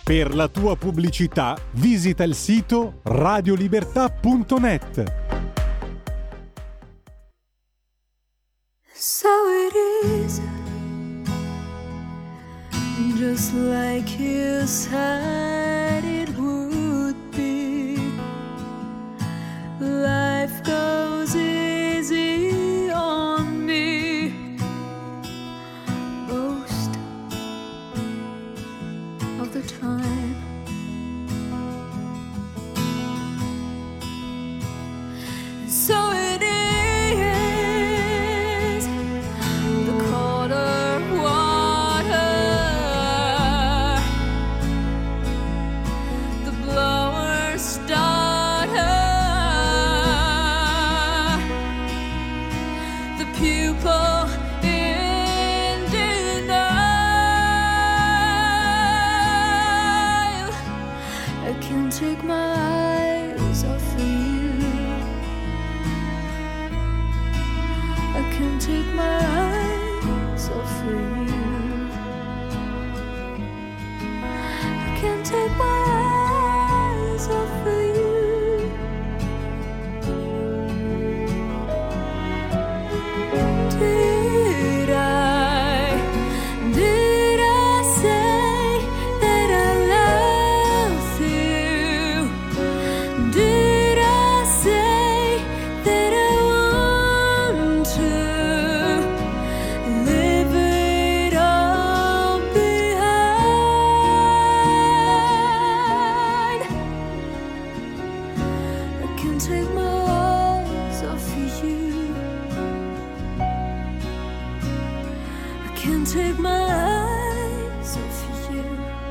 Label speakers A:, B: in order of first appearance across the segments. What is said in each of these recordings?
A: Per la tua pubblicità visita il sito radiolibertà.net.
B: So it is, just like you said it would be. Life goes easy on me most of the time. So it is the colder water, the blower starter, the pupil in denial. I can't take my eyes off of you. I can't take my eyes off of you. I can't take my eyes off of you. Did I say that I love you? Did I say that I want to live it all behind? I can't take my eyes off of you. I can't take my eyes off of you.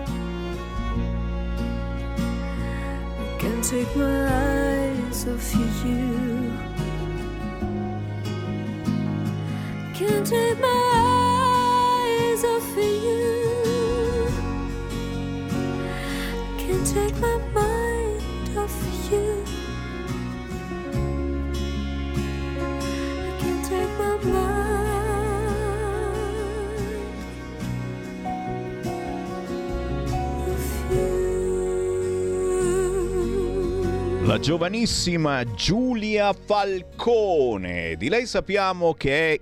B: I can't take my eyes off of you. Can't take my eyes off of you. Can't take my mind off of you. I can't take my mind off you.
C: La giovanissima Giulia Falcone, di lei sappiamo che è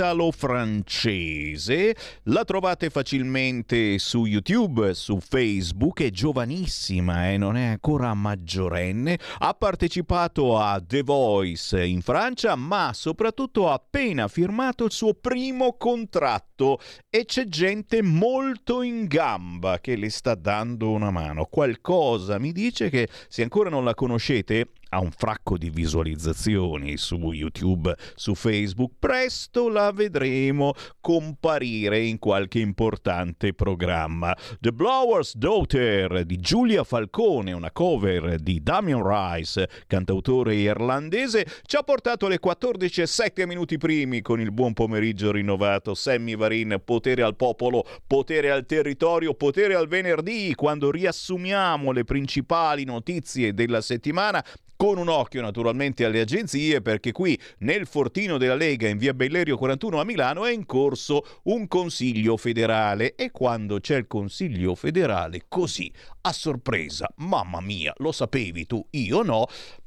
C: italo-francese, la trovate facilmente su YouTube, su Facebook, è giovanissima, non è ancora maggiorenne, ha partecipato a The Voice in Francia, ma soprattutto ha appena firmato il suo primo contratto e c'è gente molto in gamba che le sta dando una mano. Qualcosa mi dice che, se ancora non la conoscete, ha un fracco di visualizzazioni su YouTube, su Facebook. Presto la vedremo comparire in qualche importante programma. The Blower's Daughter di Giulia Falcone, una cover di Damien Rice, cantautore irlandese, ci ha portato alle 14:07 minuti primi con il buon pomeriggio rinnovato. Sammy Varin, potere al popolo, potere al territorio, potere al venerdì, quando riassumiamo le principali notizie della settimana, con un occhio naturalmente alle agenzie, perché qui nel fortino della Lega in via Bellerio 41 a Milano è in corso un consiglio federale, e quando c'è il consiglio federale così a sorpresa, mamma mia, lo sapevi tu, io no,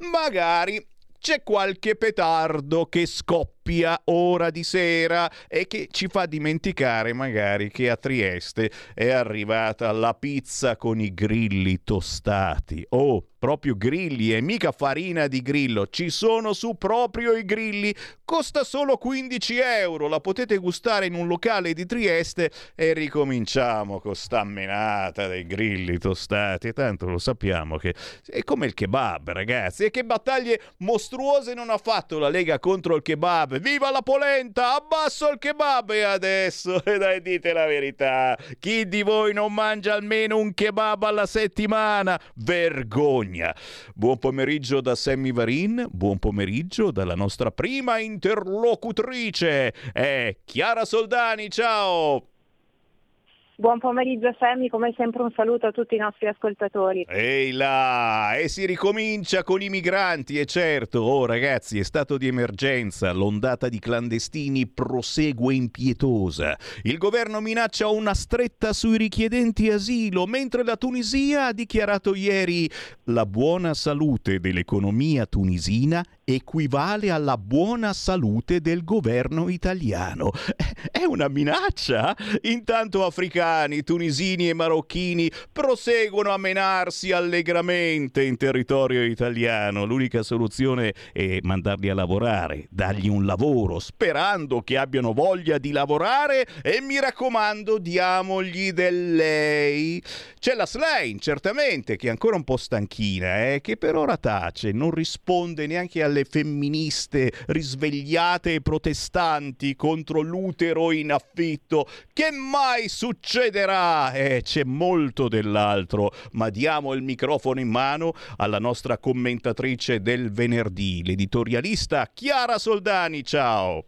C: magari c'è qualche petardo che scoppia ora di sera e che ci fa dimenticare magari che a Trieste è arrivata la pizza con i grilli tostati. Oh, proprio grilli, e mica farina di grillo, ci sono su proprio i grilli, costa solo 15 euro, la potete gustare in un locale di Trieste. E ricominciamo con sta menata dei grilli tostati, tanto lo sappiamo che è come il kebab, ragazzi, e che battaglie mostruose non ha fatto la Lega contro il kebab. Viva la polenta, abbasso il kebab. E adesso, dai, dite la verità, chi di voi non mangia almeno un kebab alla settimana? Vergogna. Buon pomeriggio da Sammy Varin, buon pomeriggio dalla nostra prima interlocutrice, è Chiara Soldani. Ciao.
D: Buon pomeriggio Sammy, come sempre un saluto a tutti i nostri ascoltatori.
C: Ehi là, e si ricomincia con i migranti, e certo, ragazzi, è stato di emergenza, l'ondata di clandestini prosegue impietosa. Il governo minaccia una stretta sui richiedenti asilo, mentre la Tunisia ha dichiarato ieri: la buona salute dell'economia tunisina equivale alla buona salute del governo italiano. È una minaccia? Intanto africani, tunisini e marocchini proseguono a menarsi allegramente in territorio italiano. L'unica soluzione è mandarli a lavorare, dargli un lavoro, sperando che abbiano voglia di lavorare, e mi raccomando, diamogli del lei. C'è la Schlein, certamente, che è ancora un po' stanchina, che per ora tace, non risponde neanche alle femministe risvegliate e protestanti contro l'utero in affitto. Che mai succederà? C'è molto dell'altro, ma diamo il microfono in mano alla nostra commentatrice del venerdì, l'editorialista Chiara Soldani. Ciao!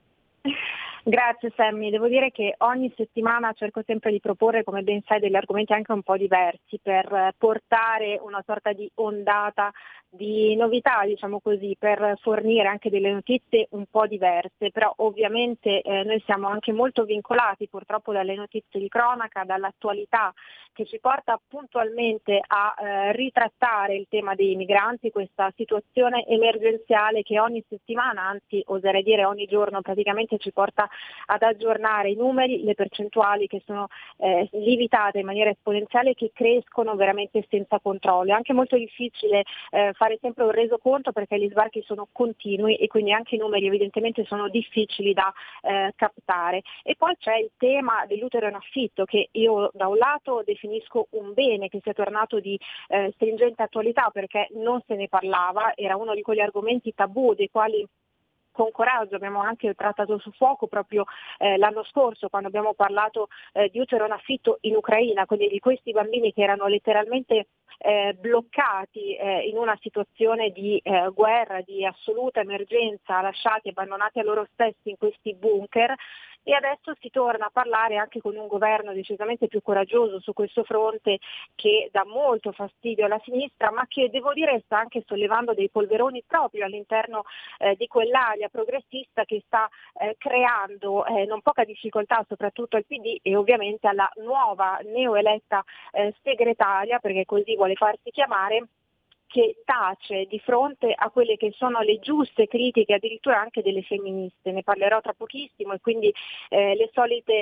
D: Grazie Sammy, devo dire che ogni settimana cerco sempre di proporre, come ben sai, degli argomenti anche un po' diversi per portare una sorta di ondata di novità, diciamo così, per fornire anche delle notizie un po' diverse, però ovviamente noi siamo anche molto vincolati purtroppo dalle notizie di cronaca, dall'attualità che ci porta puntualmente a ritrattare il tema dei migranti, questa situazione emergenziale che ogni settimana, anzi oserei dire ogni giorno, praticamente ci porta ad aggiornare i numeri, le percentuali che sono limitate in maniera esponenziale, che crescono veramente senza controllo. È anche molto difficile fare sempre un resoconto perché gli sbarchi sono continui e quindi anche i numeri evidentemente sono difficili da captare. E poi c'è il tema dell'utero in affitto, che io da un lato definisco un bene che sia tornato di stringente attualità perché non se ne parlava, era uno di quegli argomenti tabù dei quali con coraggio abbiamo anche trattato su fuoco proprio l'anno scorso, quando abbiamo parlato di utero in affitto in Ucraina, quindi di questi bambini che erano letteralmente bloccati in una situazione di guerra, di assoluta emergenza, lasciati, abbandonati a loro stessi in questi bunker. E adesso si torna a parlare anche con un governo decisamente più coraggioso su questo fronte, che dà molto fastidio alla sinistra, ma che devo dire sta anche sollevando dei polveroni proprio all'interno di quell'area progressista che sta creando non poca difficoltà soprattutto al PD e ovviamente alla nuova neoeletta segretaria, perché così vuole farsi chiamare, che tace di fronte a quelle che sono le giuste critiche addirittura anche delle femministe. Ne parlerò tra pochissimo, e quindi le solite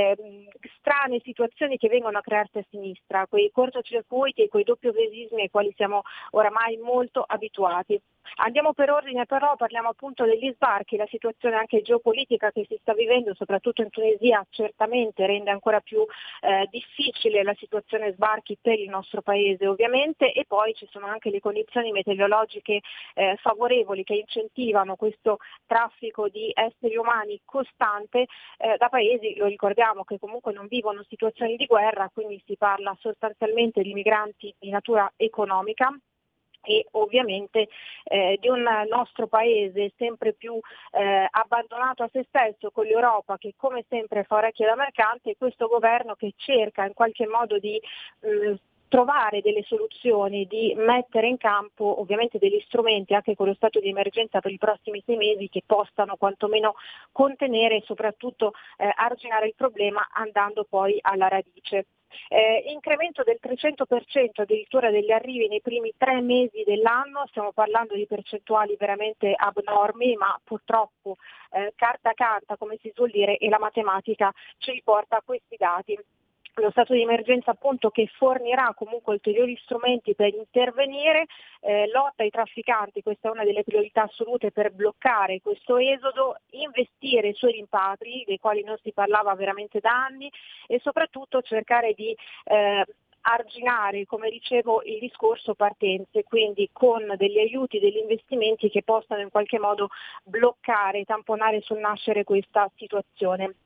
D: strane situazioni che vengono a crearsi a sinistra, quei cortocircuiti e quei doppiopesismi ai quali siamo oramai molto abituati. Andiamo per ordine, però parliamo appunto degli sbarchi. La situazione anche geopolitica che si sta vivendo soprattutto in Tunisia certamente rende ancora più difficile la situazione sbarchi per il nostro paese ovviamente, e poi ci sono anche le condizioni meteorologiche favorevoli che incentivano questo traffico di esseri umani costante da paesi, lo ricordiamo, che comunque non vivono situazioni di guerra, quindi si parla sostanzialmente di migranti di natura economica e ovviamente di un nostro paese sempre più abbandonato a se stesso, con l'Europa che come sempre fa orecchie da mercante, e questo governo che cerca in qualche modo di trovare delle soluzioni, di mettere in campo ovviamente degli strumenti anche con lo stato di emergenza per i prossimi 6 mesi che possano quantomeno contenere e soprattutto arginare il problema andando poi alla radice. Incremento del 300% addirittura degli arrivi nei primi 3 mesi dell'anno, stiamo parlando di percentuali veramente abnormi, ma purtroppo carta canta, come si suol dire, e la matematica ci riporta a questi dati. Lo stato di emergenza appunto che fornirà comunque ulteriori strumenti per intervenire, lotta ai trafficanti, questa è una delle priorità assolute per bloccare questo esodo, investire sui rimpatri dei quali non si parlava veramente da anni, e soprattutto cercare di arginare, come dicevo, il discorso partenze, quindi con degli aiuti, degli investimenti che possano in qualche modo bloccare, tamponare sul nascere questa situazione.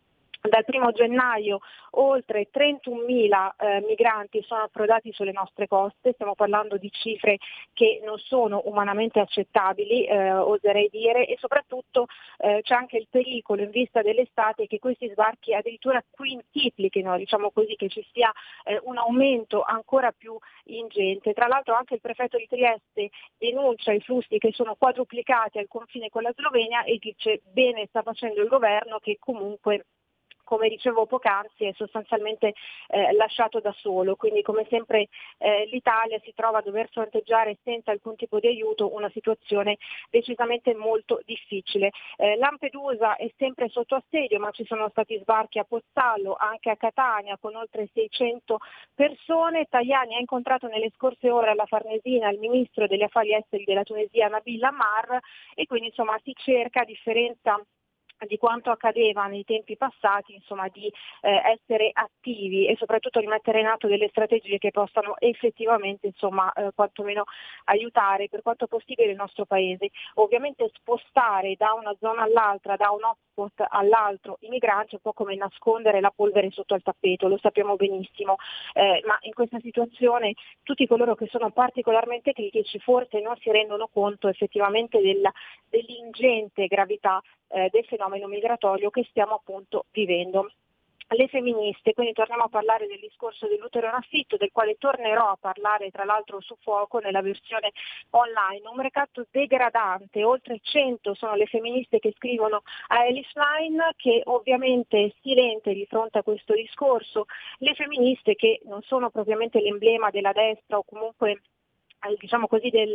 D: Dal 1° gennaio oltre 31.000 migranti sono approdati sulle nostre coste, stiamo parlando di cifre che non sono umanamente accettabili, oserei dire, e soprattutto c'è anche il pericolo in vista dell'estate che questi sbarchi addirittura quintuplichino, diciamo così, che ci sia un aumento ancora più ingente. Tra l'altro anche il prefetto di Trieste denuncia i flussi che sono quadruplicati al confine con la Slovenia e dice bene sta facendo il governo che comunque, come dicevo poc'anzi, è sostanzialmente lasciato da solo, quindi come sempre l'Italia si trova a dover fronteggiare senza alcun tipo di aiuto una situazione decisamente molto difficile. Lampedusa è sempre sotto assedio, ma ci sono stati sbarchi a Pozzallo, anche a Catania con oltre 600 persone. Tajani ha incontrato nelle scorse ore alla Farnesina il ministro degli affari esteri della Tunisia Nabil Amar e quindi insomma si cerca, a differenza di quanto accadeva nei tempi passati, insomma, di essere attivi e soprattutto di mettere in atto delle strategie che possano effettivamente, insomma, quantomeno aiutare per quanto possibile il nostro paese. Ovviamente spostare da una zona all'altra, da un hotspot all'altro i migranti è un po' come nascondere la polvere sotto al tappeto, lo sappiamo benissimo, ma in questa situazione tutti coloro che sono particolarmente critici forse non si rendono conto effettivamente dell'ingente gravità del fenomeno migratorio che stiamo appunto vivendo. Le femministe, quindi torniamo a parlare del discorso dell'utero in affitto, del quale tornerò a parlare tra l'altro su Fuoco nella versione online. Un mercato degradante, oltre 100 sono le femministe che scrivono a Elish Line, che ovviamente è silente di fronte a questo discorso. Le femministe che non sono propriamente l'emblema della destra o comunque diciamo così del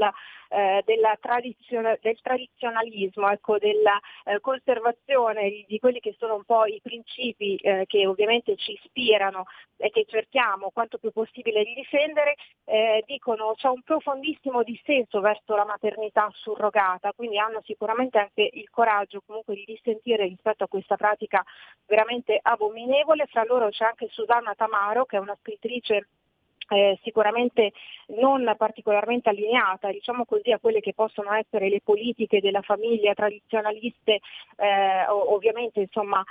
D: tradizionalismo, ecco, della conservazione di quelli che sono un po' i principi che ovviamente ci ispirano e che cerchiamo quanto più possibile di difendere, dicono c'è un profondissimo dissenso verso la maternità surrogata, quindi hanno sicuramente anche il coraggio comunque di dissentire rispetto a questa pratica veramente abominevole. Fra loro c'è anche Susanna Tamaro, che è una scrittrice sicuramente non particolarmente allineata, diciamo così, a quelle che possono essere le politiche della famiglia tradizionaliste, ovviamente insomma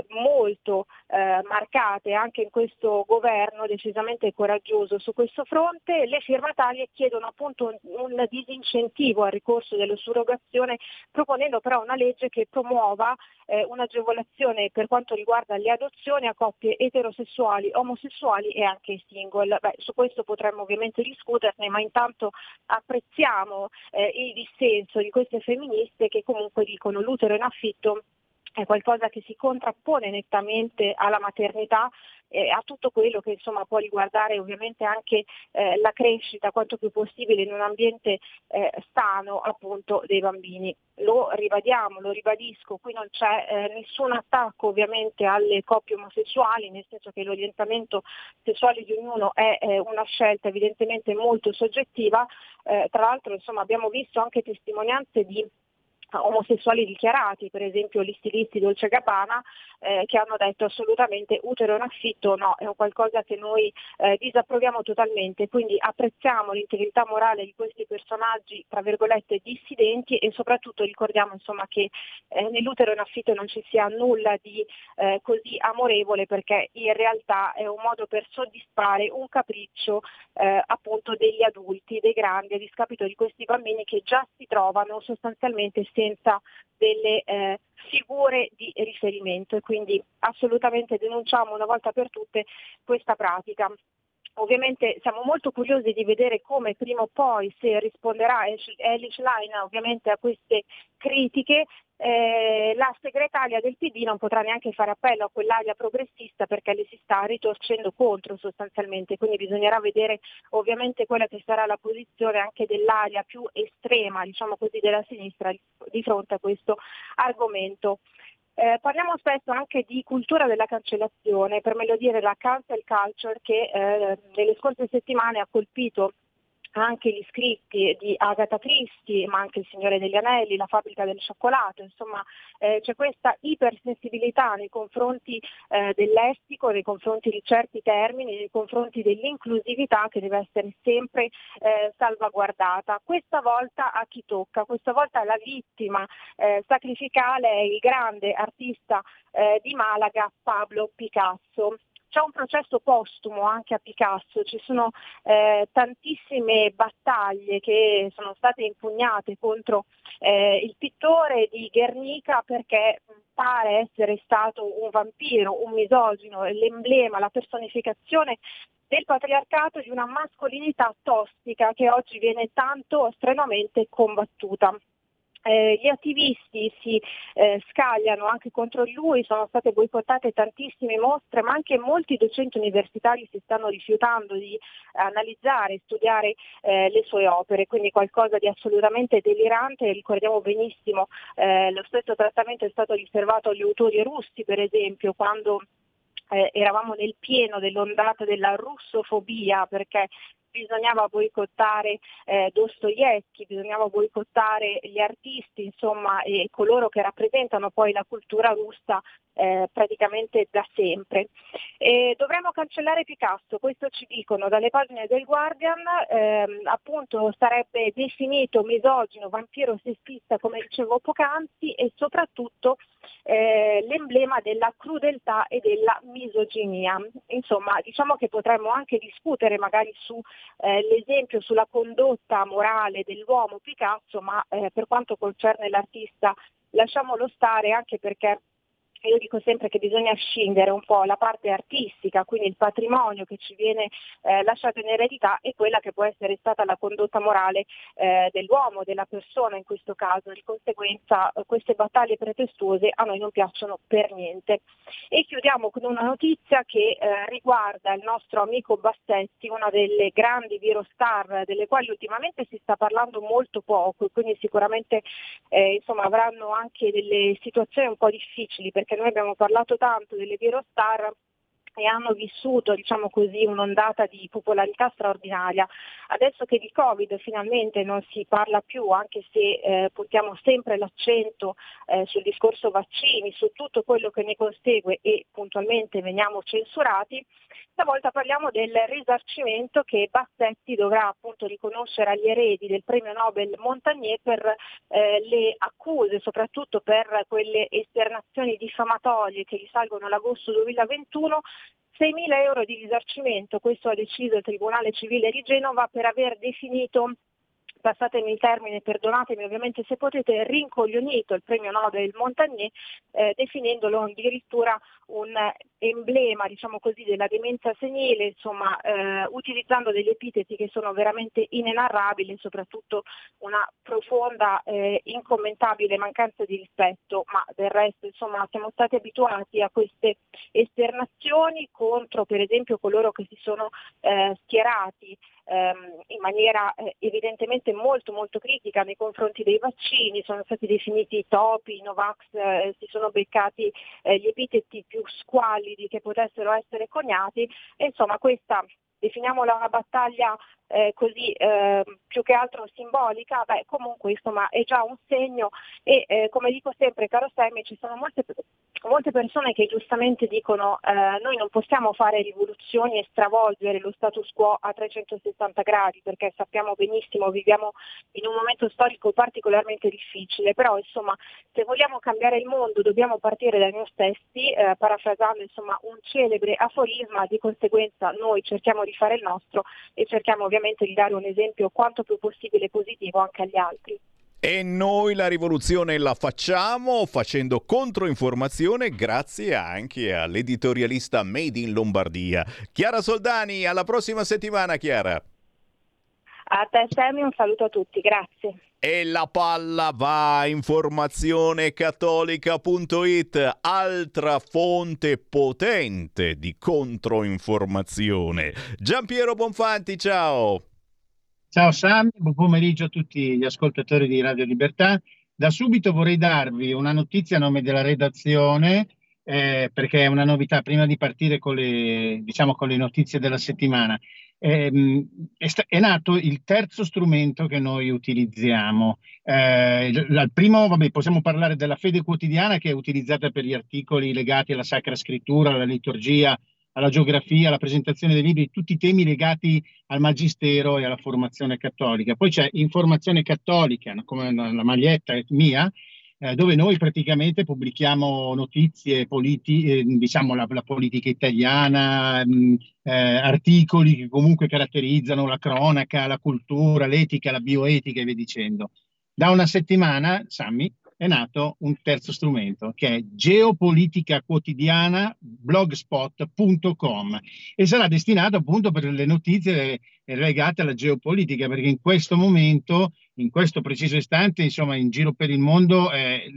D: molto marcate anche in questo governo decisamente coraggioso su questo fronte. Le firmatarie chiedono appunto un disincentivo al ricorso della surrogazione, proponendo però una legge che promuova un'agevolazione per quanto riguarda le adozioni a coppie eterosessuali, omosessuali e anche single. Su questo potremmo ovviamente discuterne, ma intanto apprezziamo il dissenso di queste femministe che comunque dicono l'utero in affitto è qualcosa che si contrappone nettamente alla maternità, a tutto quello che insomma può riguardare ovviamente anche la crescita quanto più possibile in un ambiente sano appunto dei bambini. Lo ribadiamo, lo ribadisco, qui non c'è nessun attacco ovviamente alle coppie omosessuali, nel senso che l'orientamento sessuale di ognuno è una scelta evidentemente molto soggettiva, tra l'altro insomma abbiamo visto anche testimonianze di omosessuali dichiarati, per esempio gli stilisti Dolce & Gabbana, che hanno detto assolutamente utero in affitto no, è un qualcosa che noi disapproviamo totalmente, quindi apprezziamo l'integrità morale di questi personaggi tra virgolette dissidenti e soprattutto ricordiamo insomma che nell'utero in affitto non ci sia nulla di così amorevole, perché in realtà è un modo per soddisfare un capriccio appunto degli adulti, dei grandi, a discapito di questi bambini che già si trovano sostanzialmente senza delle figure di riferimento, e quindi assolutamente denunciamo una volta per tutte questa pratica. Ovviamente siamo molto curiosi di vedere come prima o poi, se risponderà Elish Line ovviamente a queste critiche, la segretaria del PD non potrà neanche fare appello a quell'area progressista perché le si sta ritorcendo contro sostanzialmente, quindi bisognerà vedere ovviamente quella che sarà la posizione anche dell'area più estrema, diciamo così, della sinistra di fronte a questo argomento. Parliamo spesso anche di cultura della cancellazione, per meglio dire la cancel culture, che nelle scorse settimane ha colpito anche gli scritti di Agatha Christie, ma anche Il Signore degli Anelli, La fabbrica del cioccolato, insomma c'è questa ipersensibilità nei confronti del lessico, nei confronti di certi termini, nei confronti dell'inclusività che deve essere sempre salvaguardata. Questa volta a chi tocca? Questa volta la vittima sacrificale è il grande artista di Malaga, Pablo Picasso. C'è un processo postumo anche a Picasso, ci sono tantissime battaglie che sono state impugnate contro il pittore di Guernica perché pare essere stato un vampiro, un misogino, l'emblema, la personificazione del patriarcato, di una mascolinità tossica che oggi viene tanto strenuamente combattuta. Gli attivisti si scagliano anche contro di lui, sono state boicottate tantissime mostre, ma anche molti docenti universitari si stanno rifiutando di analizzare e studiare le sue opere, quindi qualcosa di assolutamente delirante. Ricordiamo benissimo lo stesso trattamento è stato riservato agli autori russi, per esempio, quando eravamo nel pieno dell'ondata della russofobia, perché bisognava boicottare Dostoevskij, bisognava boicottare gli artisti, insomma, e coloro che rappresentano poi la cultura russa praticamente da sempre. Dovremmo cancellare Picasso, questo ci dicono dalle pagine del Guardian, appunto sarebbe definito misogino, vampiro sessista, come dicevo poc'anzi, e soprattutto l'emblema della crudeltà e della misoginia. Insomma, diciamo che potremmo anche discutere magari su l'esempio, sulla condotta morale dell'uomo Picasso, ma per quanto concerne l'artista lasciamolo stare, anche perché io dico sempre che bisogna scindere un po' la parte artistica, quindi il patrimonio che ci viene lasciato in eredità, e quella che può essere stata la condotta morale dell'uomo, della persona in questo caso. Di conseguenza queste battaglie pretestuose a noi non piacciono per niente. E chiudiamo con una notizia che riguarda il nostro amico Bassetti, una delle grandi virostar delle quali ultimamente si sta parlando molto poco, e quindi sicuramente insomma avranno anche delle situazioni un po' difficili, perché noi abbiamo parlato tanto delle virostar e hanno vissuto, diciamo così, un'ondata di popolarità straordinaria. Adesso che di Covid finalmente non si parla più, anche se puntiamo sempre l'accento sul discorso vaccini, su tutto quello che ne consegue, e puntualmente veniamo censurati, stavolta parliamo del risarcimento che Bassetti dovrà appunto riconoscere agli eredi del premio Nobel Montagnier per le accuse, soprattutto per quelle esternazioni diffamatorie che risalgono all'agosto 2021. 6.000 euro di risarcimento, questo ha deciso il Tribunale Civile di Genova per aver definito, passatemi il termine, perdonatemi ovviamente se potete, rincoglionito il premio Nobel Montagnier, definendolo addirittura un emblema, diciamo così, della demenza senile, insomma utilizzando degli epiteti che sono veramente inenarrabili, soprattutto una profonda, incommentabile mancanza di rispetto, ma del resto insomma siamo stati abituati a queste esternazioni contro per esempio coloro che si sono schierati in maniera evidentemente molto molto critica nei confronti dei vaccini, sono stati definiti topi, Novax, si sono beccati gli epiteti più squallidi che potessero essere coniati, e insomma questa, definiamola una battaglia così più che altro simbolica, comunque insomma è già un segno, e come dico sempre, caro Sammy, ci sono molte persone che giustamente dicono noi non possiamo fare rivoluzioni e stravolgere lo status quo a 360 gradi, perché sappiamo benissimo, viviamo in un momento storico particolarmente difficile, però insomma se vogliamo cambiare il mondo dobbiamo partire da noi stessi, parafrasando insomma un celebre aforisma. Di conseguenza noi cerchiamo di fare il nostro e cerchiamo ovviamente di dare un esempio quanto più possibile positivo anche agli altri.
C: E noi la rivoluzione la facciamo facendo controinformazione, grazie anche all'editorialista Made in Lombardia, Chiara Soldani. Alla prossima settimana, Chiara.
D: A te Sammy, un saluto a tutti, grazie.
C: E la palla va a informazionecattolica.it, altra fonte potente di controinformazione. Giampiero Bonfanti, ciao.
E: Ciao Sam, buon pomeriggio a tutti gli ascoltatori di Radio Libertà. Da subito vorrei darvi una notizia a nome della redazione perché è una novità prima di partire con le notizie della settimana. È nato il terzo strumento che noi utilizziamo. Al primo, vabbè, possiamo parlare della Fede Quotidiana, che è utilizzata per gli articoli legati alla Sacra Scrittura, alla liturgia, alla geografia, alla presentazione dei libri, tutti i temi legati al magistero e alla formazione cattolica. Poi c'è Informazione Cattolica, no? Come la maglietta mia, dove noi praticamente pubblichiamo notizie, diciamo la politica italiana, articoli che comunque caratterizzano la cronaca, la cultura, l'etica, la bioetica e via dicendo. Da una settimana, Sammy, è nato un terzo strumento che è Geopolitica Quotidiana blogspot.com e sarà destinato appunto per le notizie legate alla geopolitica, perché in questo momento, in questo preciso istante, insomma, in giro per il mondo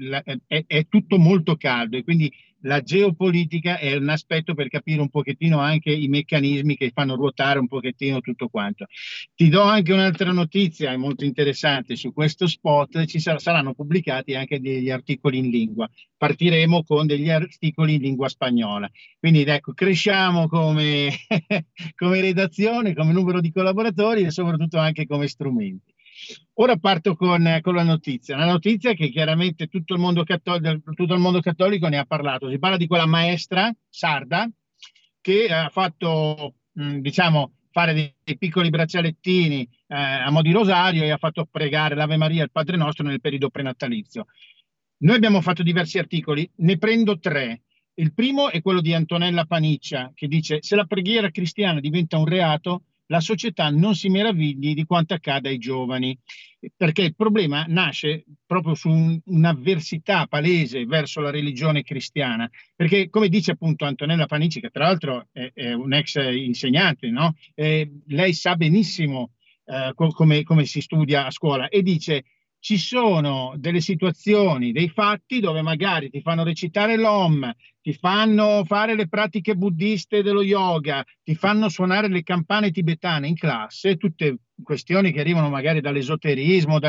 E: è tutto molto caldo e quindi la geopolitica è un aspetto per capire un pochettino anche i meccanismi che fanno ruotare un pochettino tutto quanto. Ti do anche un'altra notizia molto interessante su questo spot: saranno pubblicati anche degli articoli in lingua. Partiremo con degli articoli in lingua spagnola. Quindi ecco, cresciamo come, come redazione, come numero di collaboratori e soprattutto anche come strumenti. Ora parto con la notizia. Una notizia che chiaramente tutto il mondo cattolico ne ha parlato. Si parla di quella maestra sarda che ha fatto, diciamo, fare dei piccoli braccialettini a mo' di rosario e ha fatto pregare l'Ave Maria e il Padre Nostro nel periodo prenatalizio. Noi abbiamo fatto diversi articoli, ne prendo 3. Il primo è quello di Antonella Paniccia, che dice: se la preghiera cristiana diventa un reato, la società non si meravigli di quanto accade ai giovani, perché il problema nasce proprio su un'avversità palese verso la religione cristiana, perché come dice appunto Antonella Panicci, che tra l'altro è un ex insegnante, no? Lei sa benissimo come si studia a scuola e dice: ci sono delle situazioni, dei fatti dove magari ti fanno recitare l'Om, ti fanno fare le pratiche buddiste dello yoga, ti fanno suonare le campane tibetane in classe, tutte questioni che arrivano magari dall'esoterismo,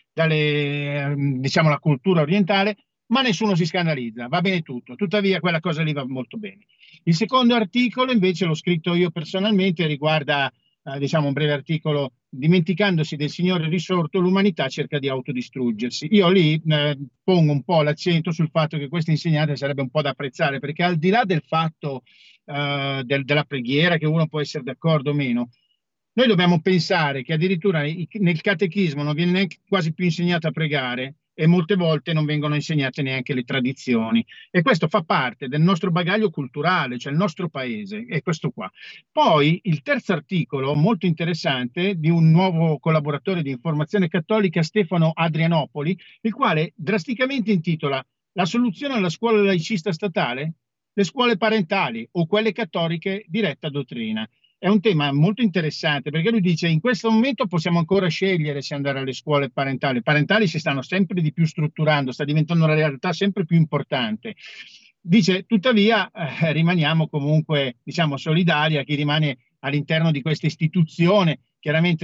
E: diciamo la cultura orientale, ma nessuno si scandalizza, va bene tutto. Tuttavia quella cosa lì va molto bene. Il secondo articolo invece l'ho scritto io personalmente, riguarda diciamo un breve articolo: dimenticandosi del Signore risorto, l'umanità cerca di autodistruggersi. Io lì pongo un po' l'accento sul fatto che questo insegnante sarebbe un po' da apprezzare, perché al di là del fatto della preghiera, che uno può essere d'accordo o meno, noi dobbiamo pensare che addirittura nel catechismo non viene neanche quasi più insegnato a pregare e molte volte non vengono insegnate neanche le tradizioni, e questo fa parte del nostro bagaglio culturale, cioè il nostro paese, è questo qua. Poi il terzo articolo, molto interessante, di un nuovo collaboratore di Informazione Cattolica, Stefano Adrianopoli, il quale drasticamente intitola: la soluzione alla scuola laicista statale? Le scuole parentali o quelle cattoliche di retta dottrina. È un tema molto interessante, perché lui dice: in questo momento possiamo ancora scegliere se andare alle scuole parentali. Le parentali si stanno sempre di più strutturando, sta diventando una realtà sempre più importante. Dice tuttavia rimaniamo comunque, diciamo, solidari a chi rimane all'interno di questa istituzione, chiaramente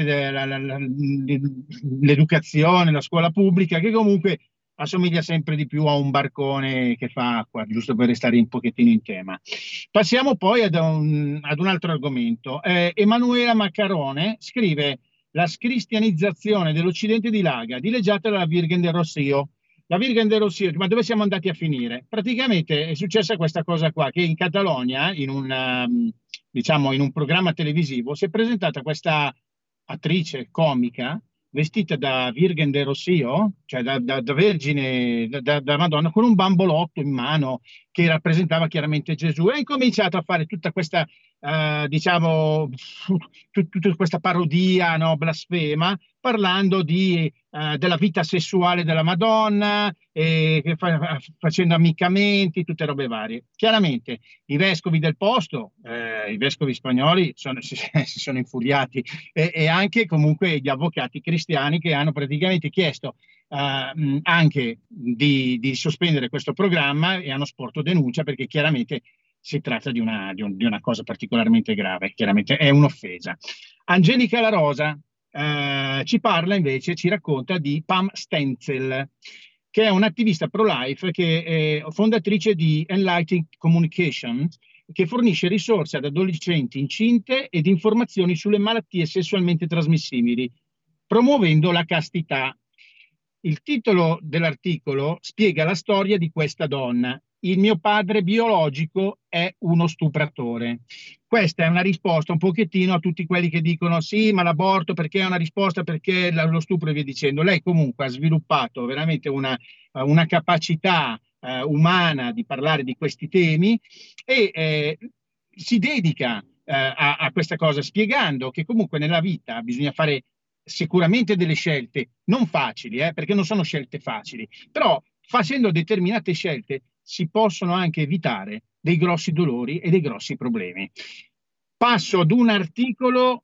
E: l'educazione, la scuola pubblica, che comunque assomiglia sempre di più a un barcone che fa acqua, giusto per restare un pochettino in tema. Passiamo poi ad un altro argomento. Emanuela Maccarone scrive: la scristianizzazione dell'Occidente dilaga, dileggiata dalla Virgen del Rocío. La Virgen del Rocío, ma dove siamo andati a finire? Praticamente è successa questa cosa qua, che in Catalogna, in un programma televisivo, si è presentata questa attrice comica vestita da Virgen del Rocío, cioè da Vergine, da Madonna, con un bambolotto in mano che rappresentava chiaramente Gesù, e ha incominciato a fare tutta questa, diciamo, tutta questa parodia, no, blasfema, parlando della vita sessuale della Madonna, facendo ammiccamenti, tutte robe varie. Chiaramente i vescovi del posto, i vescovi spagnoli, si sono infuriati, e anche comunque gli avvocati cristiani, che hanno praticamente chiesto anche di sospendere questo programma, e hanno sporto denuncia, perché chiaramente si tratta di una cosa particolarmente grave, chiaramente è un'offesa. Angelica La Rosa ci parla invece, ci racconta di Pam Stenzel, che è un'attivista pro-life che è fondatrice di Enlightened Communications, che fornisce risorse ad adolescenti incinte ed informazioni sulle malattie sessualmente trasmissibili, promuovendo la castità. Il titolo dell'articolo spiega la storia di questa donna. Il mio padre biologico è uno stupratore. Questa è una risposta un pochettino a tutti quelli che dicono sì, ma l'aborto perché è una risposta, perché lo stupro e via dicendo. Lei comunque ha sviluppato veramente una capacità umana di parlare di questi temi e si dedica a questa cosa, spiegando che comunque nella vita bisogna fare sicuramente delle scelte non facili, perché non sono scelte facili, però facendo determinate scelte si possono anche evitare dei grossi dolori e dei grossi problemi. Passo ad un articolo,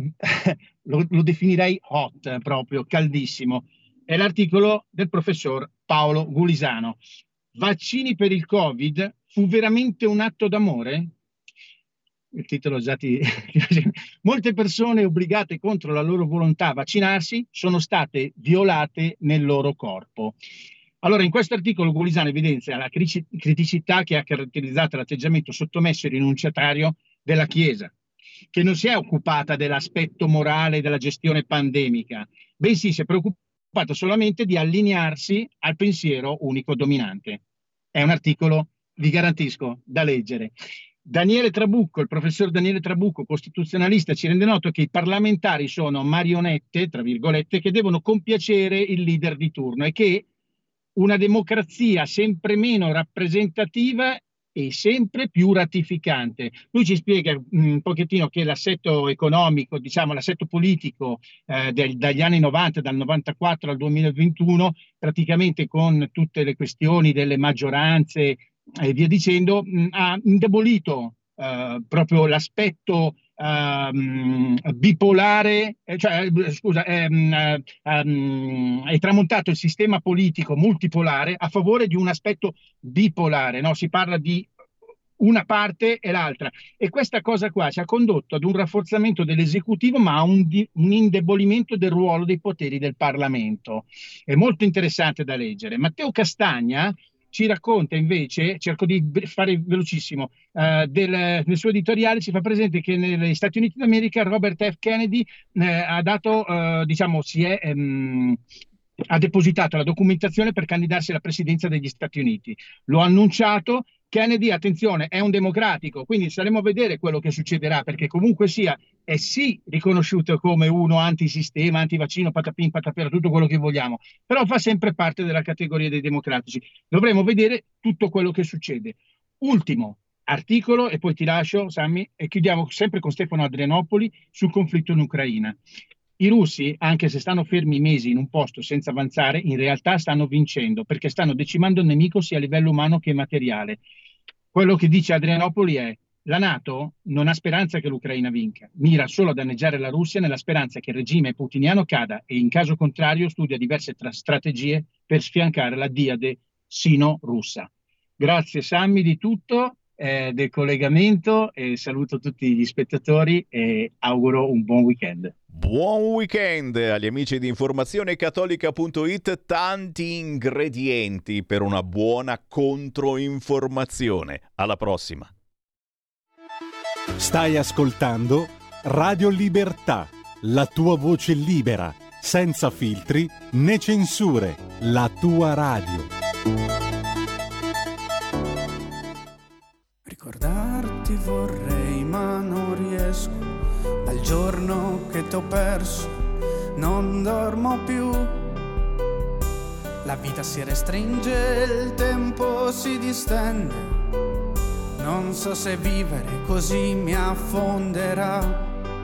E: lo definirei hot, proprio caldissimo, è l'articolo del professor Paolo Gulisano. Vaccini per il Covid, fu veramente un atto d'amore? Il titolo già ti... Molte persone obbligate contro la loro volontà a vaccinarsi sono state violate nel loro corpo. Allora, in questo articolo Gulisano evidenzia la criticità che ha caratterizzato l'atteggiamento sottomesso e rinunciatario della Chiesa, che non si è occupata dell'aspetto morale della gestione pandemica, bensì si è preoccupata solamente di allinearsi al pensiero unico dominante. È un articolo, vi garantisco, da leggere. Daniele Trabucco, il professor Daniele Trabucco, costituzionalista, ci rende noto che i parlamentari sono marionette, tra virgolette, che devono compiacere il leader di turno e che una democrazia sempre meno rappresentativa e sempre più ratificante. Lui ci spiega un pochettino che l'assetto economico, diciamo l'assetto politico dagli anni 90, dal 94 al 2021, praticamente con tutte le questioni delle maggioranze e via dicendo, ha indebolito proprio l'aspetto bipolare, è tramontato il sistema politico multipolare a favore di un aspetto bipolare, no? Si parla di una parte e l'altra, e questa cosa qua ci ha condotto ad un rafforzamento dell'esecutivo ma a un indebolimento del ruolo dei poteri del Parlamento. È molto interessante da leggere. Matteo Castagna ci racconta invece, cerco di fare velocissimo, nel suo editoriale ci fa presente che negli Stati Uniti d'America Robert F. Kennedy ha dato, ha depositato la documentazione per candidarsi alla presidenza degli Stati Uniti. Lo ha annunciato. Kennedy, attenzione, è un democratico, quindi staremo a vedere quello che succederà, perché comunque sia è sì riconosciuto come uno antisistema, antivaccino, patapin, patapera, tutto quello che vogliamo, però fa sempre parte della categoria dei democratici. Dovremo vedere tutto quello che succede. Ultimo articolo, e poi ti lascio, Sammy, e chiudiamo sempre con Stefano Adrianopoli sul conflitto in Ucraina. I russi, anche se stanno fermi mesi in un posto senza avanzare, in realtà stanno vincendo, perché stanno decimando il nemico sia a livello umano che materiale. Quello che dice Adrianopoli è: la NATO non ha speranza che l'Ucraina vinca, mira solo a danneggiare la Russia nella speranza che il regime putiniano cada e in caso contrario studia diverse strategie per sfiancare la diade sino-russa. Grazie Sammy di tutto, del collegamento, e saluto tutti gli spettatori e auguro un buon weekend.
C: Buon weekend agli amici di informazionecattolica.it, tanti ingredienti per una buona controinformazione. Alla prossima.
A: Stai ascoltando Radio Libertà, la tua voce libera, senza filtri né censure, la tua radio.
F: Ricordarti vorrei ma non riesco. Dal giorno che t'ho perso non dormo più. La vita si restringe, il tempo si distende. Non so se vivere così mi affonderà.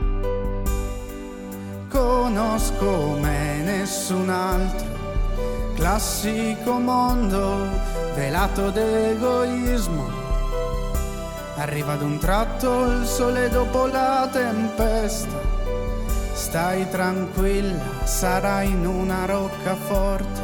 F: Conosco me nessun altro, classico mondo velato d'egoismo. Arriva ad un tratto il sole dopo la tempesta. Stai tranquilla, sarai in una roccaforte.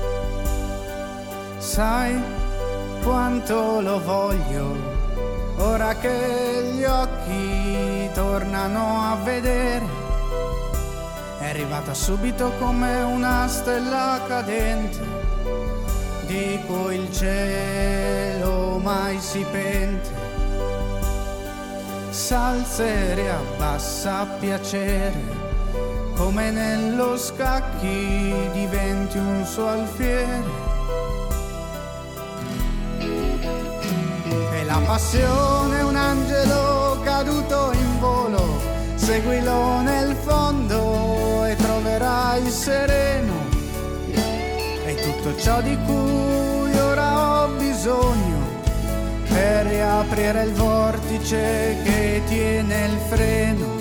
F: Sai quanto lo voglio, ora che gli occhi tornano a vedere. È arrivata subito come una stella cadente. dico il cielo mai si pente, s'alza e riabbassa a piacere, come nello scacchi diventi un suo alfiere. E la passione è un angelo caduto in volo, seguilo nel fondo e troverai sereno. E tutto ciò di cui ora ho bisogno per riaprire il vortice che tiene il freno.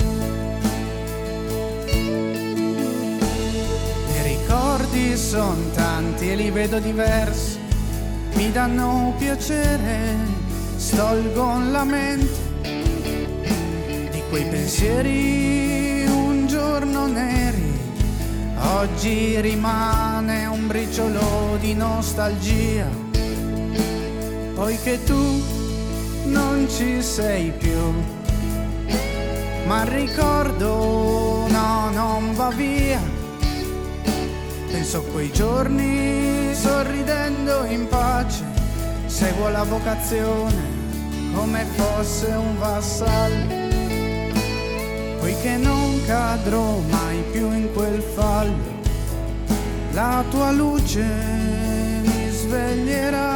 F: I ricordi son tanti e li vedo diversi, mi danno piacere, stolgon la mente di quei pensieri un giorno neri. Oggi rimane un briciolo di nostalgia, poiché tu non ci sei più, ma il ricordo no, non va via. Penso a quei giorni sorridendo in pace, seguo la vocazione come fosse un vassallo, poiché non cadrò mai più in quel fallo, la tua luce mi sveglierà.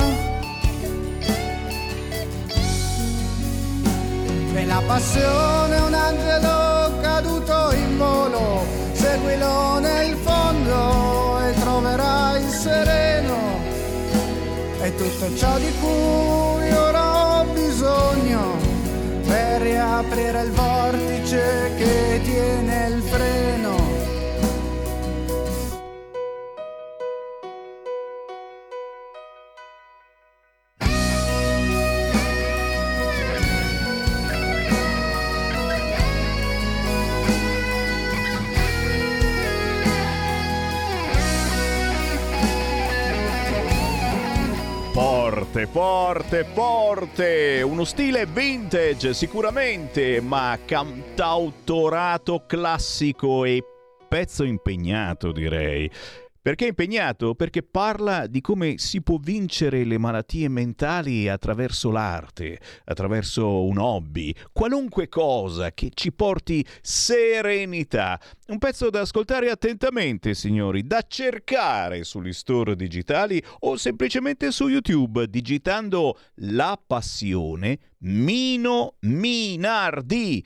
F: E la passione è un angelo caduto in volo, seguilo nel fondo e troverai sereno. E tutto ciò di cui ora ho bisogno per riaprire il vortice che tiene il freno.
C: Forte, uno stile vintage sicuramente, ma cantautorato classico e pezzo impegnato, direi. Perché impegnato? Perché parla di come si può vincere le malattie mentali attraverso l'arte, attraverso un hobby, qualunque cosa che ci porti serenità. Un pezzo da ascoltare attentamente, signori, da cercare sugli store digitali o semplicemente su YouTube, digitando La Passione Mino Minardi.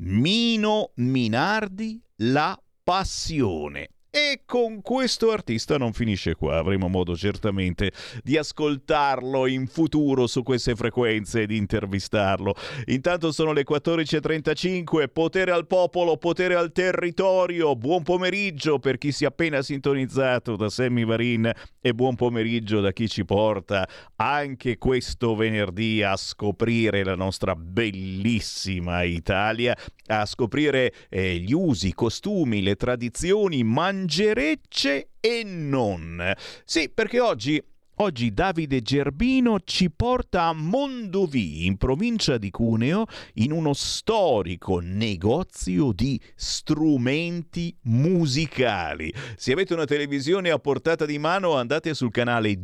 C: Mino Minardi, La Passione. E con questo artista non finisce qua, avremo modo certamente di ascoltarlo in futuro su queste frequenze e di intervistarlo. Intanto sono le 14.35, potere al popolo, potere al territorio, buon pomeriggio per chi si è appena sintonizzato da Sammy Varin e buon pomeriggio da chi ci porta anche questo venerdì a scoprire la nostra bellissima Italia, a scoprire gli usi, i costumi, le tradizioni, mangerecce e non. Sì, perché oggi Davide Gerbino ci porta a Mondovì, in provincia di Cuneo, in uno storico negozio di strumenti musicali. Se avete una televisione a portata di mano, andate sul canale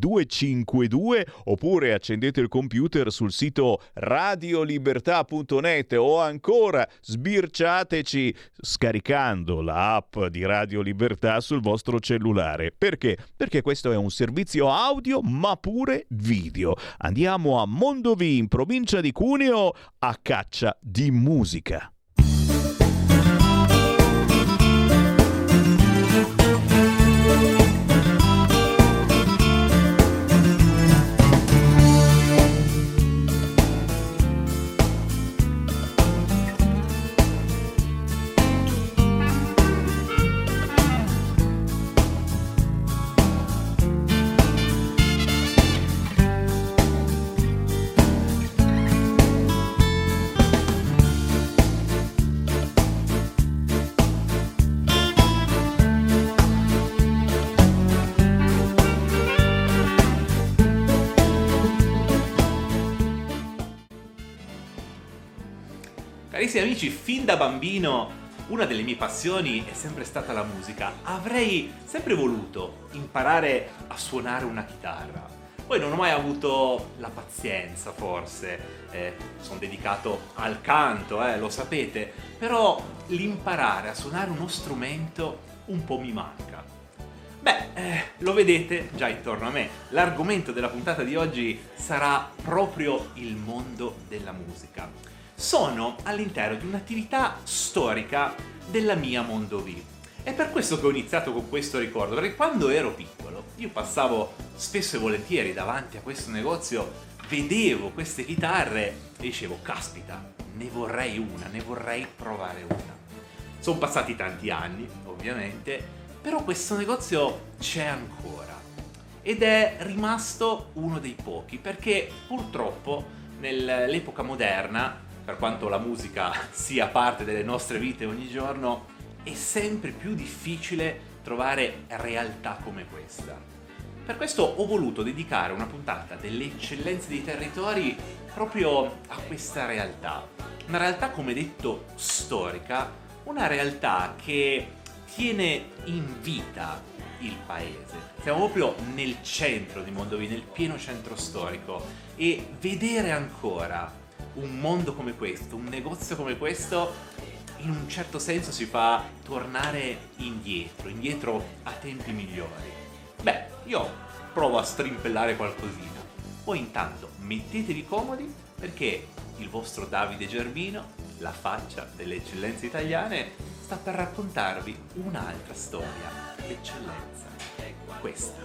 C: 252 oppure accendete il computer sul sito radiolibertà.net o ancora sbirciateci scaricando l'app di Radio Libertà sul vostro cellulare. Perché? Perché questo è un servizio audio ma pure video. Andiamo a Mondovì, in provincia di Cuneo, a caccia di musica.
G: Carissimi amici, fin da bambino una delle mie passioni è sempre stata la musica. Avrei sempre voluto imparare a suonare una chitarra, Poi non ho mai avuto la pazienza, forse, sono dedicato al canto, lo sapete, però l'imparare a suonare uno strumento un po' mi manca. Lo vedete già intorno a me. L'argomento della puntata di oggi sarà proprio il mondo della musica. Sono all'interno di un'attività storica della mia Mondovì. È per questo che ho iniziato con questo ricordo, perché quando ero piccolo io passavo spesso e volentieri davanti a questo negozio, vedevo queste chitarre e dicevo, caspita, ne vorrei una, ne vorrei provare una. Sono passati tanti anni, ovviamente, però questo negozio c'è ancora ed è rimasto uno dei pochi, perché purtroppo nell'epoca moderna, per quanto la musica sia parte delle nostre vite ogni giorno, è sempre più difficile trovare realtà come questa. Per questo ho voluto dedicare una puntata delle eccellenze dei territori proprio a questa realtà. Una realtà, come detto, storica, una realtà che tiene in vita il paese. Siamo proprio nel centro di Mondovì, nel pieno centro storico, e vedere ancora un mondo come questo, un negozio come questo, in un certo senso ci fa tornare indietro a tempi migliori. Io provo a strimpellare qualcosina. Voi intanto mettetevi comodi, perché il vostro Davide Gervino, la faccia delle eccellenze italiane, sta per raccontarvi un'altra storia d'eccellenza. Questa.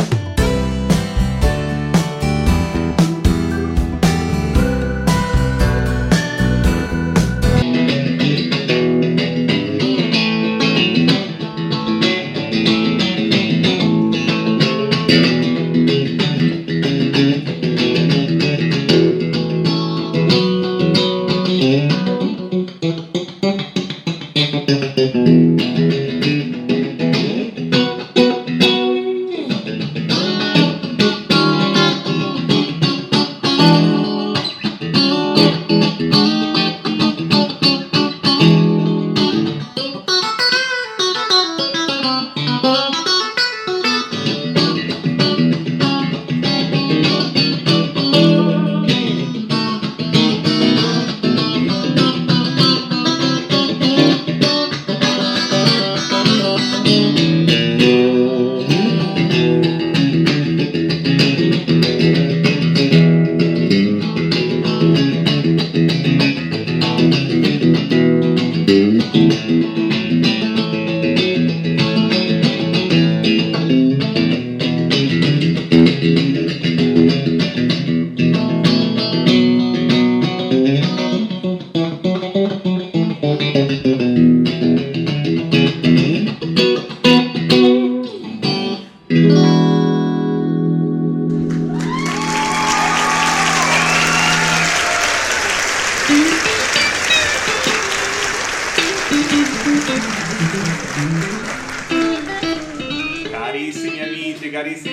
G: Carissimi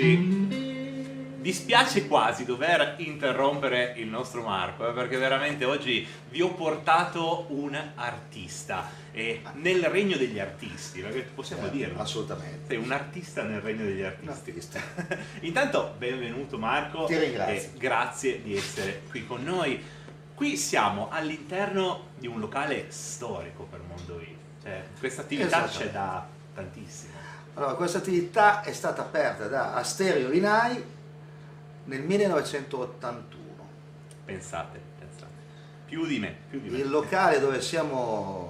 G: amici, dispiace quasi dover interrompere il nostro Marco, perché veramente oggi vi ho portato un artista e nel regno degli artisti, perché possiamo dirlo?
H: Assolutamente.
G: Sei un artista nel regno degli artisti. Intanto benvenuto Marco.
H: Ti ringrazio.
G: E grazie di essere qui con noi. Qui siamo all'interno di un locale storico per Mondovì, cioè questa attività c'è da tantissimo.
H: Allora, questa attività è stata aperta da Asterio Vinai nel 1981.
G: Pensate. Più di me.
H: Il locale dove siamo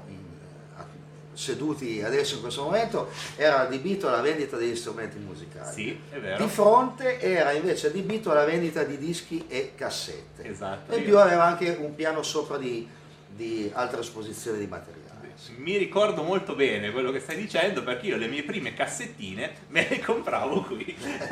H: seduti adesso in questo momento era adibito alla vendita degli strumenti musicali.
G: Sì, è vero.
H: Di fronte era invece adibito alla vendita di dischi e cassette.
G: Esatto.
H: E in più aveva anche un piano sopra di altra esposizione di materiale.
G: Mi ricordo molto bene quello che stai dicendo, perché io le mie prime cassettine me le compravo qui.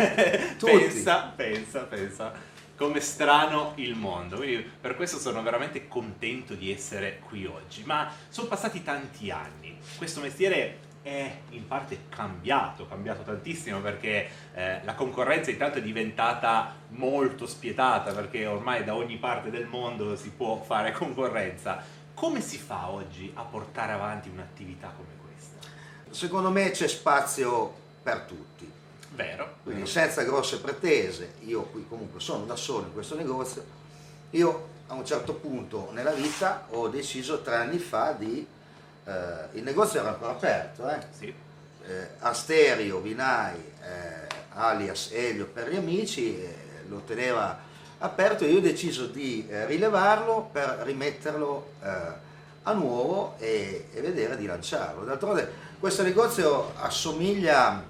G: Pensa come strano il mondo. Quindi per questo sono veramente contento di essere qui oggi. Ma sono passati tanti anni, questo mestiere è in parte cambiato tantissimo, perché la concorrenza intanto è diventata molto spietata, perché ormai da ogni parte del mondo si può fare concorrenza. Come si fa oggi a portare avanti un'attività come questa?
H: Secondo me c'è spazio per tutti.
G: Vero.
H: Quindi senza grosse pretese, io qui comunque sono da solo in questo negozio, io a un certo punto nella vita ho deciso 3 anni fa di... il negozio era ancora aperto,
G: Sì.
H: Asterio Vinai, alias Elio per gli amici, lo teneva aperto e io ho deciso di rilevarlo per rimetterlo a nuovo e vedere di lanciarlo. D'altronde questo negozio assomiglia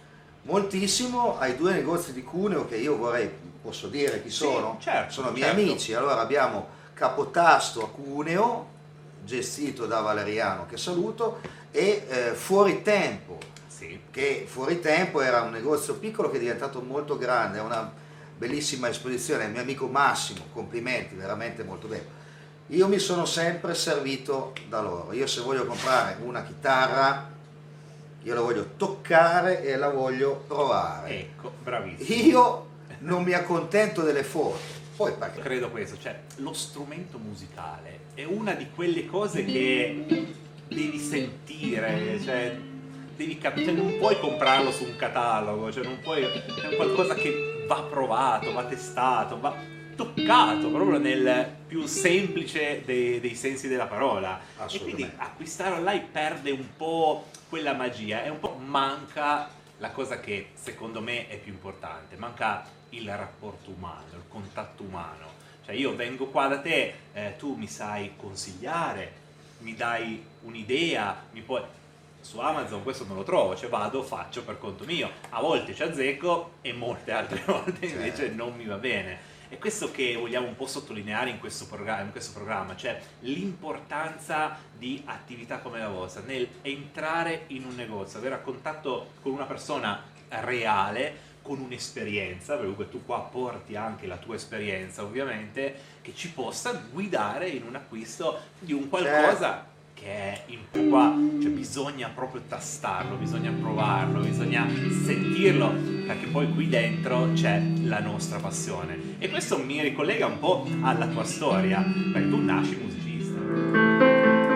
H: moltissimo ai 2 negozi di Cuneo che io posso dire chi sono?
G: Certo,
H: Sono miei amici. Allora abbiamo Capotasto a Cuneo, gestito da Valeriano, che saluto, e Fuori Tempo, che Fuori Tempo era un negozio piccolo che è diventato molto grande, è una bellissima esposizione, il mio amico Massimo, complimenti, veramente molto bene. Io mi sono sempre servito da loro, io se voglio comprare una chitarra, io la voglio toccare e la voglio provare.
G: Ecco, bravissimo.
H: Io non mi accontento delle foto. Poi perché?
G: Credo questo, cioè lo strumento musicale è una di quelle cose che devi sentire, cioè devi capire, non puoi comprarlo su un catalogo, cioè non puoi, è qualcosa che va provato, va testato, va toccato proprio nel più semplice dei sensi della parola. E quindi acquistarlo online perde un po' quella magia, è un po' manca la cosa che secondo me è più importante, manca il rapporto umano, il contatto umano. Cioè io vengo qua da te, tu mi sai consigliare, mi dai un'idea, mi puoi... Su Amazon questo non lo trovo, cioè vado, faccio per conto mio, a volte ci azzecco e molte altre volte invece non mi va bene. È questo che vogliamo un po' sottolineare in questo programma, cioè l'importanza di attività come la vostra, nel entrare in un negozio, avere a contatto con una persona reale, con un'esperienza, perché tu qua porti anche la tua esperienza ovviamente, che ci possa guidare in un acquisto di un qualcosa che è in qua, cioè bisogna proprio tastarlo, bisogna provarlo, bisogna sentirlo, perché poi qui dentro c'è la nostra passione. E questo mi ricollega un po' alla tua storia, perché tu nasci musicista.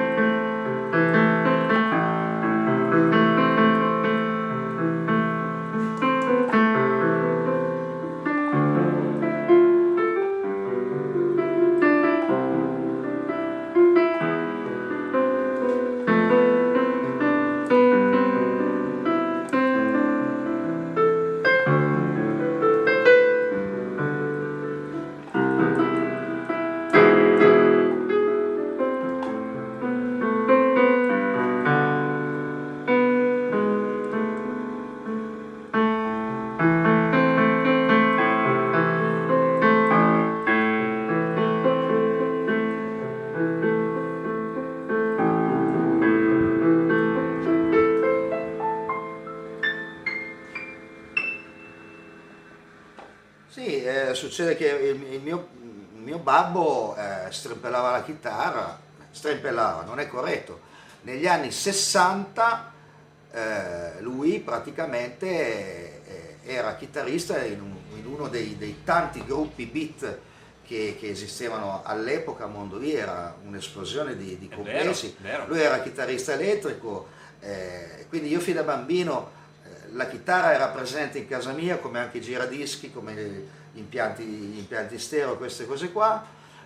H: Succede che il mio babbo strimpellava la chitarra, non è corretto, negli anni 60 lui praticamente era chitarrista in uno dei tanti gruppi beat che esistevano all'epoca a Mondovì, era un'esplosione di complessi,
G: vero.
H: Lui era chitarrista elettrico, quindi io fin da bambino la chitarra era presente in casa mia, come anche i giradischi, come gli impianti stereo, queste cose qua.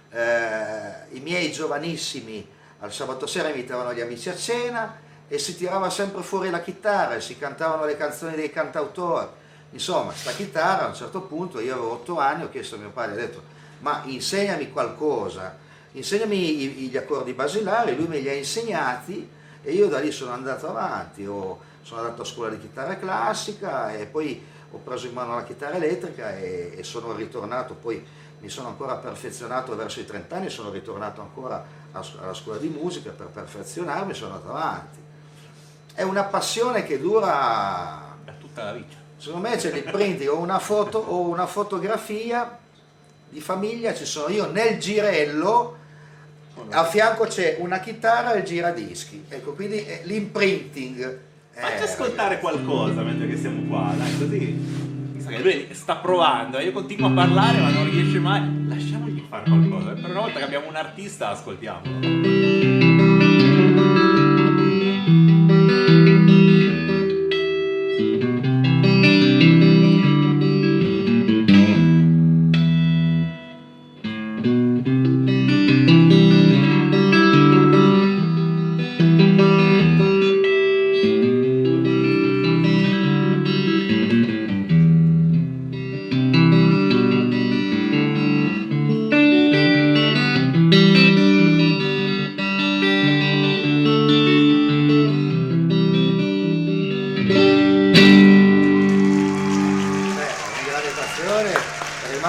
H: I miei giovanissimi al sabato sera invitavano gli amici a cena e si tirava sempre fuori la chitarra e si cantavano le canzoni dei cantautori. Insomma, sta chitarra a un certo punto, io avevo 8 anni, ho chiesto a mio padre, ho detto: ma insegnami qualcosa, insegnami gli accordi basilari. Lui me li ha insegnati e io da lì sono andato avanti, sono andato a scuola di chitarra classica e poi ho preso in mano la chitarra elettrica e sono ritornato, poi mi sono ancora perfezionato verso i 30 anni, sono ritornato ancora alla scuola di musica per perfezionarmi e sono andato avanti. È una passione che dura
G: da tutta la vita.
H: Secondo me c'è l'imprinting, o una foto o una fotografia di famiglia, ci sono io nel girello, a fianco c'è una chitarra e il giradischi, ecco, quindi l'imprinting.
G: Facci ascoltare qualcosa mentre che siamo qua, dai, così mi sa che lui sta provando, io continuo a parlare ma non riesce mai, lasciamogli fare qualcosa, per una volta che abbiamo un artista ascoltiamolo.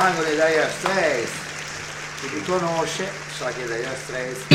H: rimangono i Dire Straits. Chi li conosce sa che i Dire Straits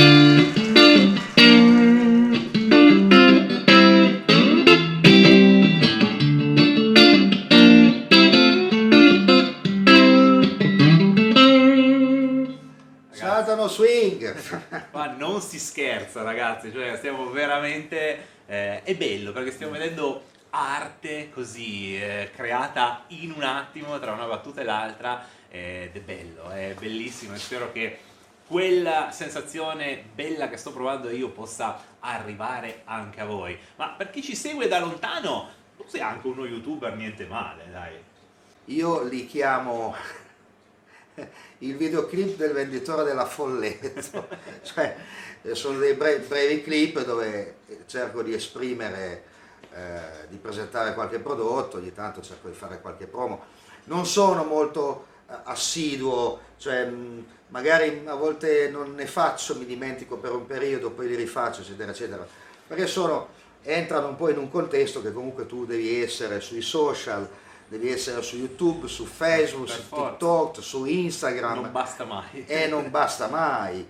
H: saltano swing.
G: Ma non si scherza, ragazzi, cioè stiamo veramente è bello perché stiamo vedendo arte così creata in un attimo tra una battuta e l'altra ed è bello, è bellissimo e spero che quella sensazione bella che sto provando io possa arrivare anche a voi. Ma per chi ci segue da lontano, tu sei anche uno youtuber niente male, dai.
H: Io li chiamo il videoclip del venditore della Folletto, cioè sono dei brevi clip dove cerco di esprimere, di presentare qualche prodotto, ogni tanto cerco di fare qualche promo. Non sono molto assiduo, cioè magari a volte non ne faccio, mi dimentico per un periodo, poi li rifaccio, eccetera, eccetera, perché entrano un po' in un contesto che comunque tu devi essere sui social, devi essere su YouTube, su Facebook, su TikTok, su Instagram.
G: Non basta mai.
H: E non basta mai.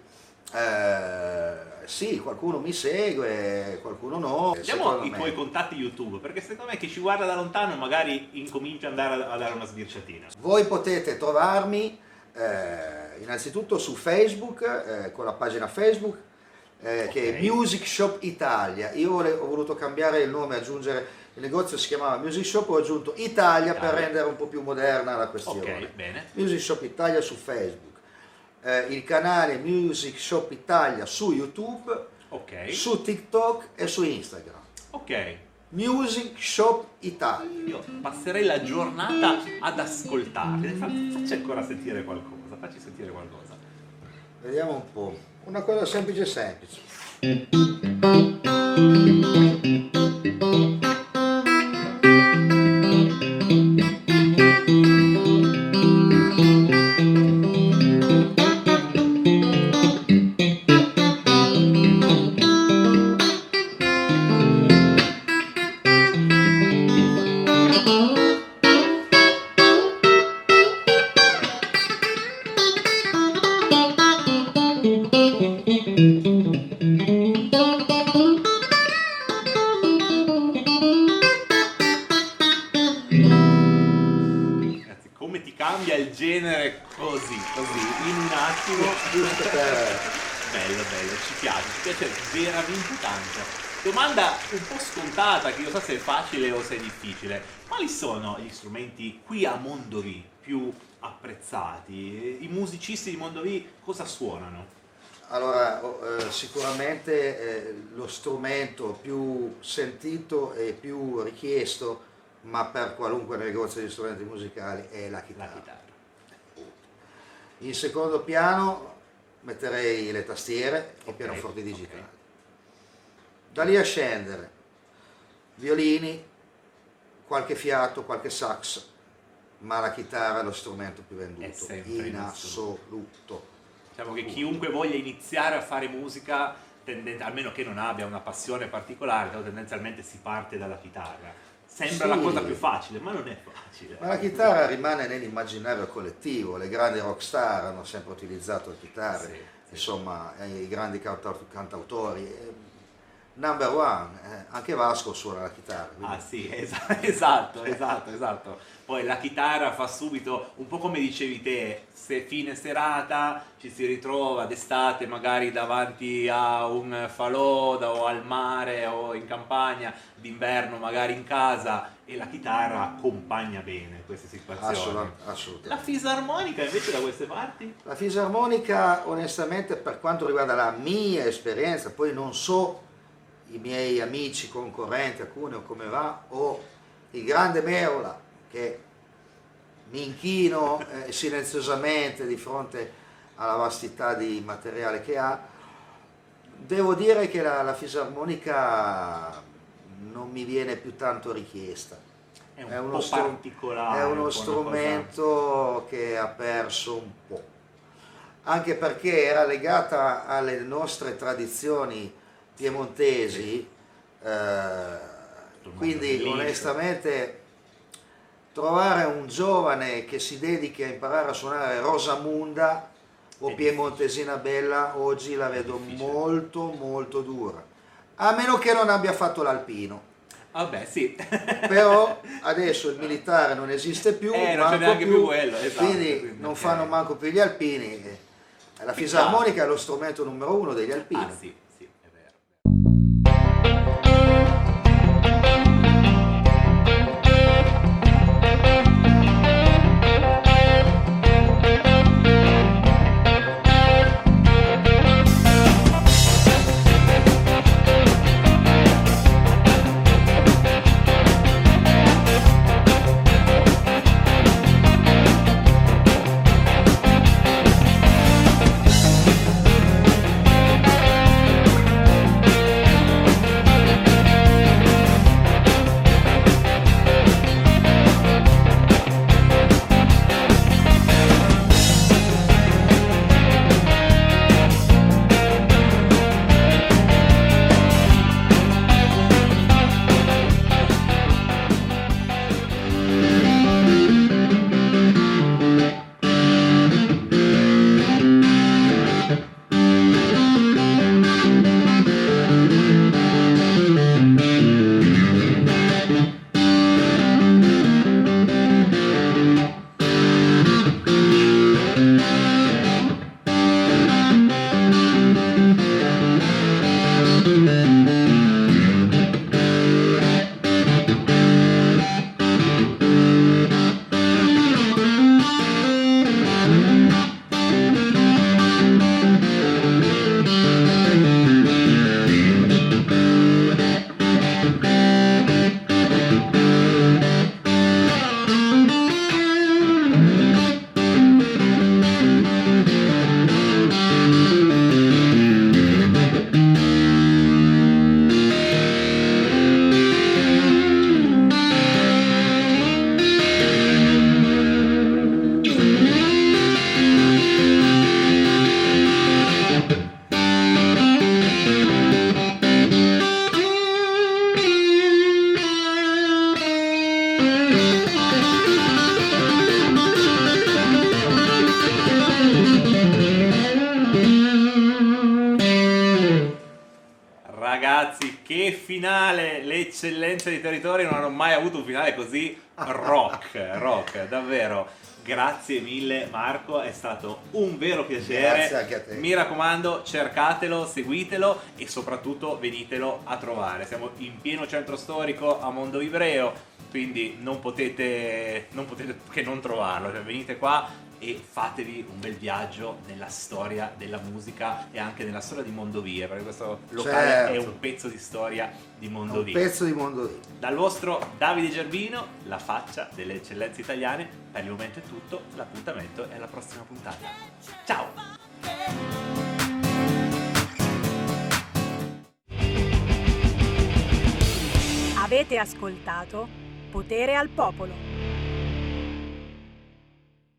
H: Sì, qualcuno mi segue, qualcuno no.
G: Diamo i tuoi contatti YouTube, perché secondo me chi ci guarda da lontano magari incomincia ad andare a dare una sbirciatina.
H: Voi potete trovarmi innanzitutto su Facebook, con la pagina Facebook, che è Music Shop Italia. Io ho voluto cambiare il nome, aggiungere. Il negozio si chiamava Music Shop, ho aggiunto Italia per rendere un po' più moderna la questione.
G: Ok, bene.
H: Music Shop Italia su Facebook, il canale Music Shop Italia su YouTube, su TikTok e su Instagram.
G: Ok.
H: Music Shop Italia.
G: Io passerei la giornata ad ascoltarli. Facci ancora sentire qualcosa, facci sentire qualcosa.
H: Vediamo un po'. Una cosa semplice semplice.
G: Bello, ci piace veramente tanto. Domanda un po' scontata, che io so se è facile o se è difficile. Quali sono gli strumenti qui a Mondovì più apprezzati? I musicisti di Mondovì cosa suonano?
H: Allora, sicuramente lo strumento più sentito e più richiesto, ma per qualunque negozio di strumenti musicali, è la chitarra. In secondo piano metterei le tastiere, i pianoforti digitali. Da lì a scendere, violini, qualche fiato, qualche sax, ma la chitarra è lo strumento più venduto, in assoluto.
G: Diciamo che chiunque voglia iniziare a fare musica, almeno che non abbia una passione particolare, tendenzialmente si parte dalla chitarra. Sembra la cosa più facile, ma non è facile.
H: Ma la chitarra rimane nell'immaginario collettivo, le grandi rockstar hanno sempre utilizzato le chitarre, insomma, i grandi cantautori. Number one, anche Vasco suona la chitarra. Quindi.
G: Ah sì, esatto. Poi la chitarra fa subito, un po' come dicevi te, se fine serata ci si ritrova d'estate magari davanti a un falò o al mare o in campagna, d'inverno magari in casa, e la chitarra accompagna bene queste situazioni.
H: Assolutamente.
G: La fisarmonica invece da queste parti?
H: La fisarmonica, onestamente, per quanto riguarda la mia esperienza, poi non so i miei amici concorrenti a Cuneo come va, o il grande Meola, che mi inchino silenziosamente di fronte alla vastità di materiale che ha. Devo dire che la fisarmonica non mi viene più tanto richiesta.
G: È uno particolare.
H: È uno strumento che ha perso un po', anche perché era legata alle nostre tradizioni piemontesi, quindi onestamente trovare un giovane che si dedichi a imparare a suonare Rosamunda o Piemontesina Bella oggi la vedo molto molto dura, a meno che non abbia fatto l'alpino.
G: Vabbè, sì.
H: Però adesso il militare non esiste più,
G: non c'è neanche più quello, esatto,
H: quindi non fanno manco più gli alpini. La fisarmonica è lo strumento numero 1 degli alpini.
G: Ah, sì, sì, è vero. Ragazzi, che finale! Le eccellenze di territorio non hanno mai avuto un finale così rock, davvero. Grazie mille Marco, è stato un vero piacere.
H: Grazie anche a te.
G: Mi raccomando, cercatelo, seguitelo e soprattutto venitelo a trovare. Siamo in pieno centro storico a Mondoviebreo, quindi non potete che non trovarlo. Cioè, venite qua e fatevi un bel viaggio nella storia della musica e anche nella storia di Mondovì, perché questo locale è un pezzo di storia di Mondovì.
H: Un pezzo di Mondovì.
G: Dal vostro Davide Gerbino, la faccia delle eccellenze italiane. Per il momento è tutto, l'appuntamento è alla prossima puntata. Ciao!
I: Avete ascoltato Potere al Popolo.